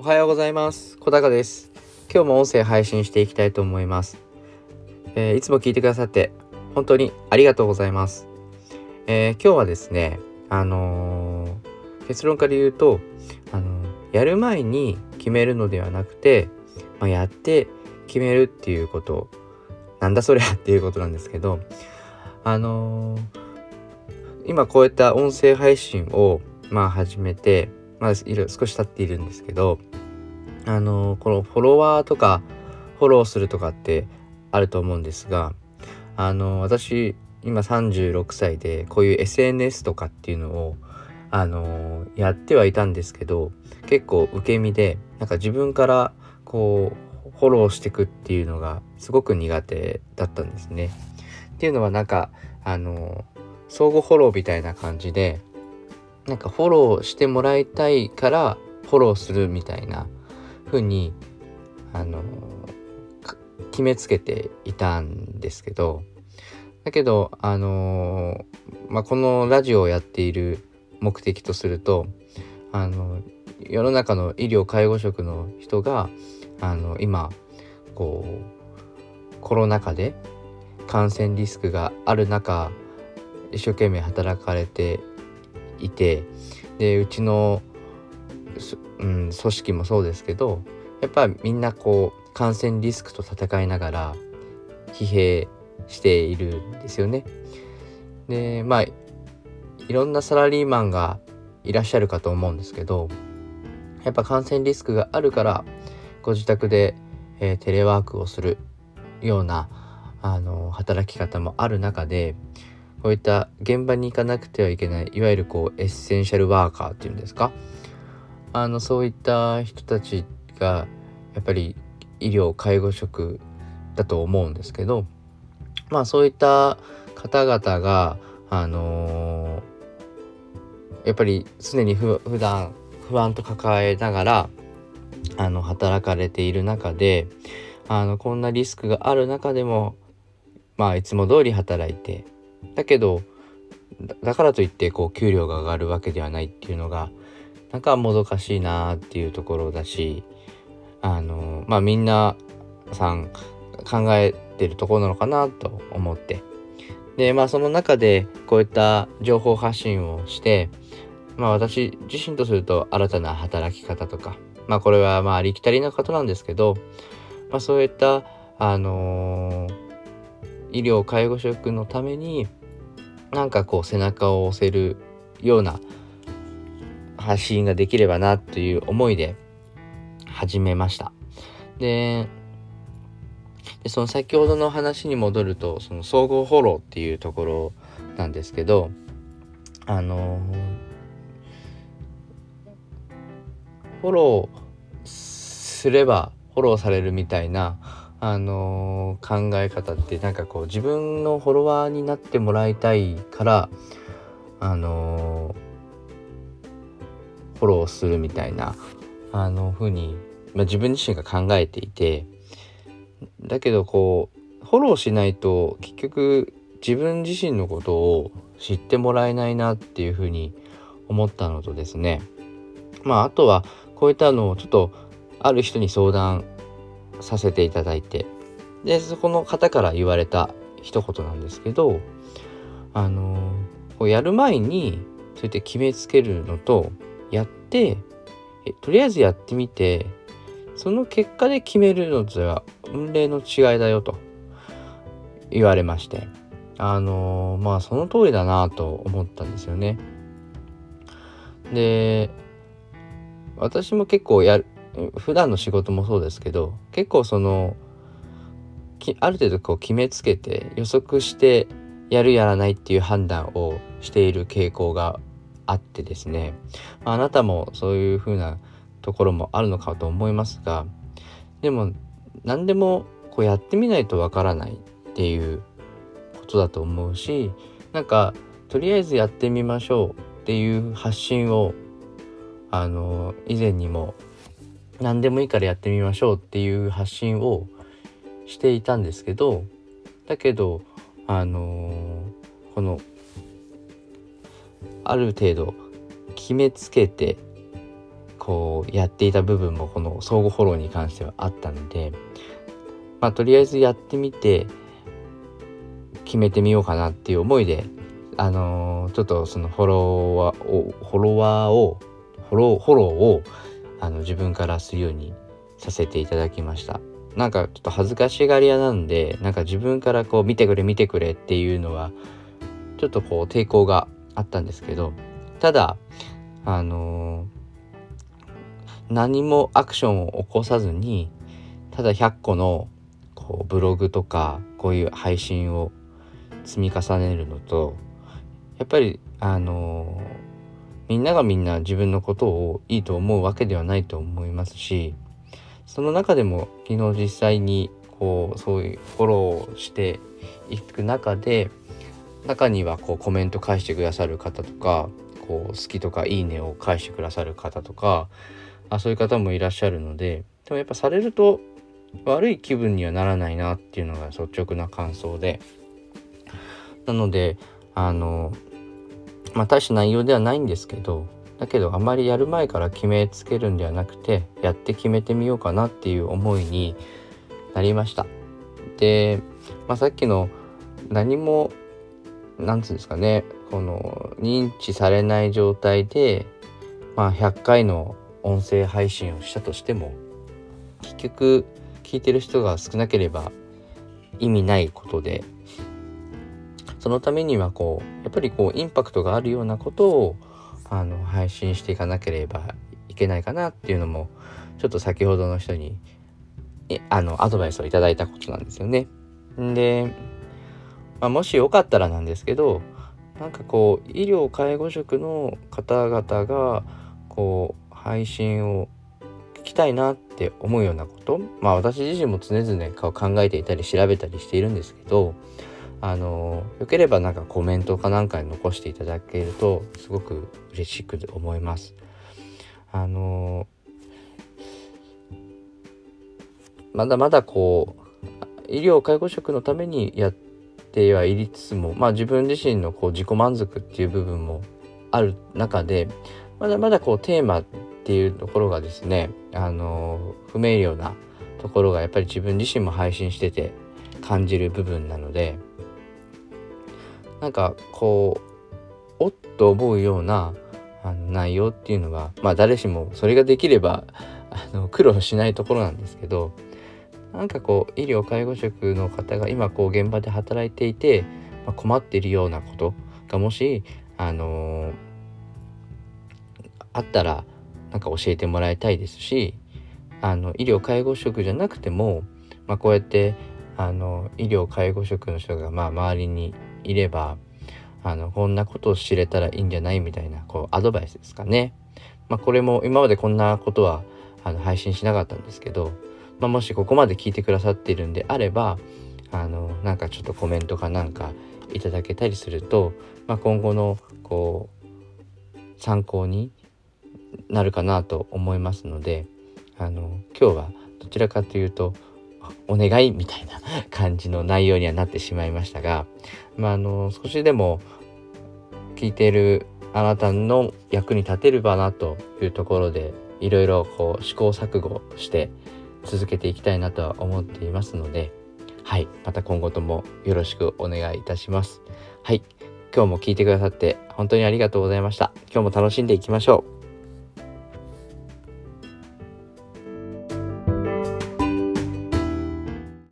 おはようございます。小高です。今日も音声配信していきたいと思います。いつも聞いてくださって本当にありがとうございます。今日はですね、結論から言うと、やる前に決めるのではなくて、やって決めるっていうこと、なんだそれっていうことなんですけど、今こういった音声配信を始めて、少し経っているんですけど、このフォロワーとかフォローするとかってあると思うんですが、私今36歳でこういう SNS とかっていうのをやってはいたんですけど、結構受け身で自分からこうフォローしていくっていうのがすごく苦手だったんですね。っていうのは相互フォローみたいな感じで、フォローしてもらいたいからフォローするみたいな風に決めつけていたんですけど、だけどこのラジオをやっている目的とすると、世の中の医療介護職の人が今コロナ禍で感染リスクがある中一生懸命働かれていて、でうちの、組織もそうですけど、やっぱりみんな感染リスクと戦いながら疲弊しているんですよね。でいろんなサラリーマンがいらっしゃるかと思うんですけど、やっぱ感染リスクがあるからご自宅で、テレワークをするような働き方もある中で、こういった現場に行かなくてはいけない、いわゆるエッセンシャルワーカーっていうんですか、そういった人たちがやっぱり医療介護職だと思うんですけど、そういった方々がやっぱり常に普段不安と抱えながら働かれている中で、こんなリスクがある中でもいつも通り働いて、だけどだからといって給料が上がるわけではないっていうのがもどかしいなっていうところだし、みんなさん考えてるところなのかなと思って、でその中でこういった情報発信をして、私自身とすると新たな働き方とか、これはありきたりなことなんですけど、そういった医療介護職のために背中を押せるような発信ができればなという思いで始めました。でその先ほどの話に戻ると、その総合フォローっていうところなんですけど、フォローすればフォローされるみたいな考え方って、自分のフォロワーになってもらいたいからフォローするみたいな風に、自分自身が考えていて、だけどフォローしないと結局自分自身のことを知ってもらえないなっていう風に思ったのとですね、あとはこういったのをちょっとある人に相談させていただいて、でそこの方から言われた一言なんですけど、やる前にそうやって決めつけるのと、やってとりあえずやってみてその結果で決めるのとは運命の違いだよと言われまして、その通りだなと思ったんですよね。で私も結構普段の仕事もそうですけど、結構ある程度決めつけて予測してやるやらないっていう判断をしている傾向があってですね、あなたもそういう風なところもあるのかと思いますが、でも何でもやってみないとわからないっていうことだと思うし、とりあえずやってみましょうっていう発信を以前にも何でもいいからやってみましょうっていう発信をしていたんですけど、だけどこのある程度決めつけてこうやっていた部分もこの相互フォローに関してはあったので、とりあえずやってみて決めてみようかなっていう思いで、ちょっとそのフォローを自分からするようにさせていただきました。なんかちょっと恥ずかしがり屋なんで、なんか自分からこう見てくれっていうのはちょっとこう抵抗があったんですけど、ただ何もアクションを起こさずに、ただ100個のこうブログとかこういう配信を積み重ねるのと、やっぱりみんながみんな自分のことをいいと思うわけではないと思いますし、その中でも昨日実際にこうそういうフォローしていく中で、中にはこうコメント返してくださる方とか、こう好きとかいいねを返してくださる方とか、そういう方もいらっしゃるので、でもやっぱされると悪い気分にはならないなっていうのが率直な感想で、なので大した内容ではないんですけど、だけどあまりやる前から決めつけるんではなくて、やって決めてみようかなっていう思いになりました。で、さっきの何もなんつうんですかね、この認知されない状態で、100回の音声配信をしたとしても、結局聞いてる人が少なければ意味ないことで、そのためにはやっぱりインパクトがあるようなことを配信していかなければいけないかなっていうのも、ちょっと先ほどの人にアドバイスをいただいたことなんですよね。で、もしよかったらなんですけど、なんか医療介護職の方々が配信を聞きたいなって思うようなこと、私自身も常々考えていたり調べたりしているんですけど、よければなんかコメントかなんかに残していただけるとすごく嬉しく思います。まだまだ医療介護職のためにやってはいりつつも、自分自身の自己満足っていう部分もある中で、まだまだテーマっていうところがですね、不明瞭なところがやっぱり自分自身も配信してて感じる部分なので、なんかおっと思うような内容っていうのは、誰しもそれができれば苦労しないところなんですけど、なんか医療介護職の方が今現場で働いていて、困っているようなことがもしあったらなんか教えてもらいたいですし、医療介護職じゃなくても、こうやって医療介護職の人が周りにいればこんなことを知れたらいいんじゃないみたいなアドバイスですかね。これも今までこんなことは配信しなかったんですけど、もしここまで聞いてくださっているんであればなんかちょっとコメントかなんかいただけたりすると、今後の参考になるかなと思いますので、今日はどちらかというとお願いみたいな感じの内容にはなってしまいましたが、少しでも聞いているあなたの役に立てればなというところで、いろいろ試行錯誤して続けていきたいなとは思っていますので、また今後ともよろしくお願いいたします。今日も聞いてくださって本当にありがとうございました。今日も楽しんでいきましょう。